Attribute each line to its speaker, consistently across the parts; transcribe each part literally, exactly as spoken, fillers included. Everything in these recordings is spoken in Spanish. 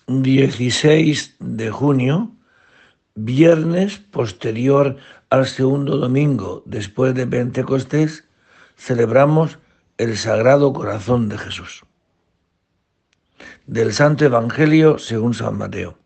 Speaker 1: dieciséis de junio, viernes posterior al segundo domingo después de Pentecostés, celebramos el Sagrado Corazón de Jesús. Del Santo Evangelio según San Mateo.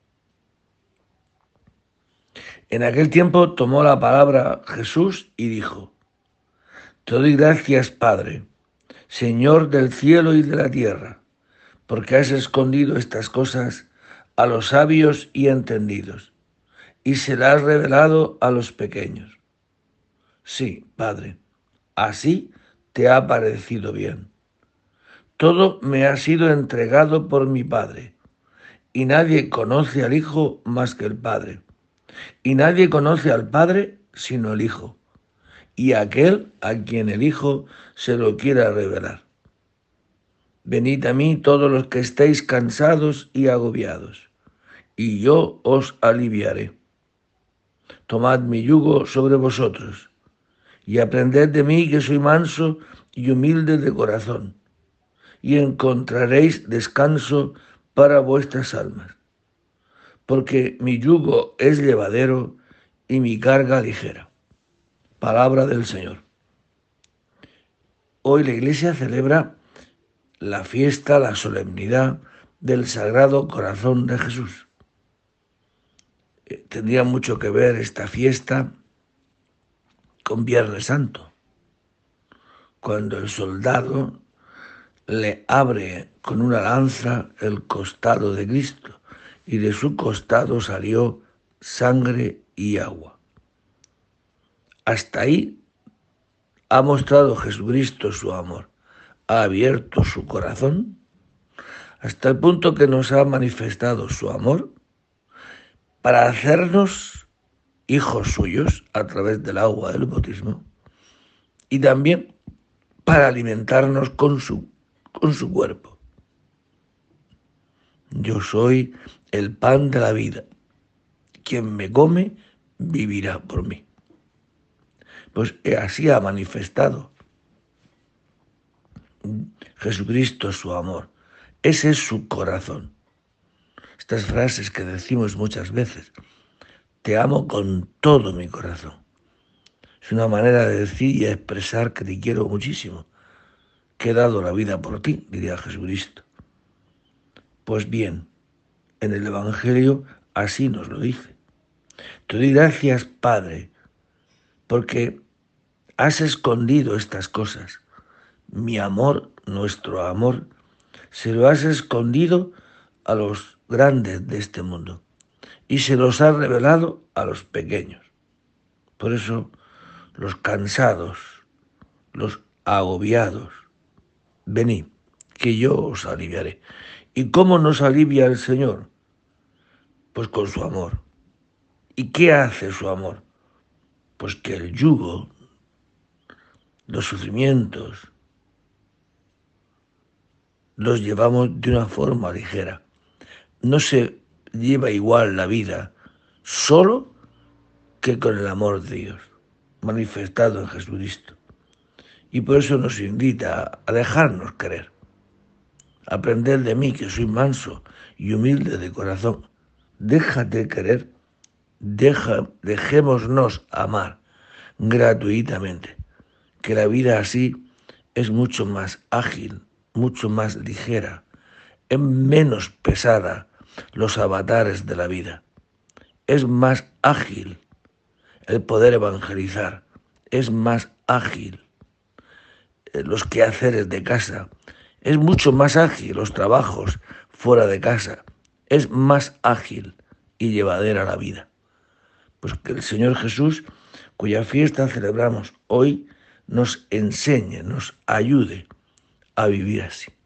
Speaker 1: En aquel tiempo tomó la palabra Jesús y dijo: Te doy gracias, Padre, Señor del cielo y de la tierra, porque has escondido estas cosas a los sabios y entendidos, y se las has revelado a los pequeños. Sí, Padre, así te ha parecido bien. Todo me ha sido entregado por mi Padre, y nadie conoce al Hijo más que el Padre, y nadie conoce al Padre sino el Hijo, y aquel a quien el Hijo se lo quiera revelar. Venid a mí todos los que estéis cansados y agobiados, y yo os aliviaré. Tomad mi yugo sobre vosotros, y aprended de mí, que soy manso y humilde de corazón, y encontraréis descanso para vuestras almas, porque mi yugo es llevadero y mi carga ligera. Palabra del Señor. Hoy la Iglesia celebra la fiesta, la solemnidad del Sagrado Corazón de Jesús. Eh, tendría mucho que ver esta fiesta con Viernes Santo, cuando el soldado le abre con una lanza el costado de Cristo, y de su costado salió sangre y agua. Hasta ahí ha mostrado Jesucristo su amor, ha abierto su corazón, hasta el punto que nos ha manifestado su amor para hacernos hijos suyos a través del agua del bautismo, y también para alimentarnos con su, con su cuerpo. Yo soy el pan de la vida. Quien me come vivirá por mí. Pues así ha manifestado Jesucristo su amor. Ese es su corazón. Estas frases que decimos muchas veces: te amo con todo mi corazón. Es una manera de decir y expresar que te quiero muchísimo, que he dado la vida por ti, diría Jesucristo. Pues bien, en el Evangelio así nos lo dice. Te doy gracias, Padre, porque has escondido estas cosas. Mi amor, nuestro amor, se lo has escondido a los grandes de este mundo y se los has revelado a los pequeños. Por eso, los cansados, los agobiados, venid, que yo os aliviaré. ¿Y cómo nos alivia el Señor? Pues con su amor. ¿Y qué hace su amor? Pues que el yugo, los sufrimientos, los llevamos de una forma ligera. No se lleva igual la vida solo que con el amor de Dios, manifestado en Jesucristo. Y por eso nos invita a dejarnos querer. Aprended de mí, que soy manso y humilde de corazón. Déjate querer, deja, dejémonos amar gratuitamente, que la vida así es mucho más ágil, mucho más ligera, es menos pesada los avatares de la vida, es más ágil el poder evangelizar, es más ágil los quehaceres de casa, es mucho más ágil los trabajos fuera de casa, es más ágil y llevadera la vida. Pues que el Señor Jesús, cuya fiesta celebramos hoy, nos enseñe, nos ayude a vivir así.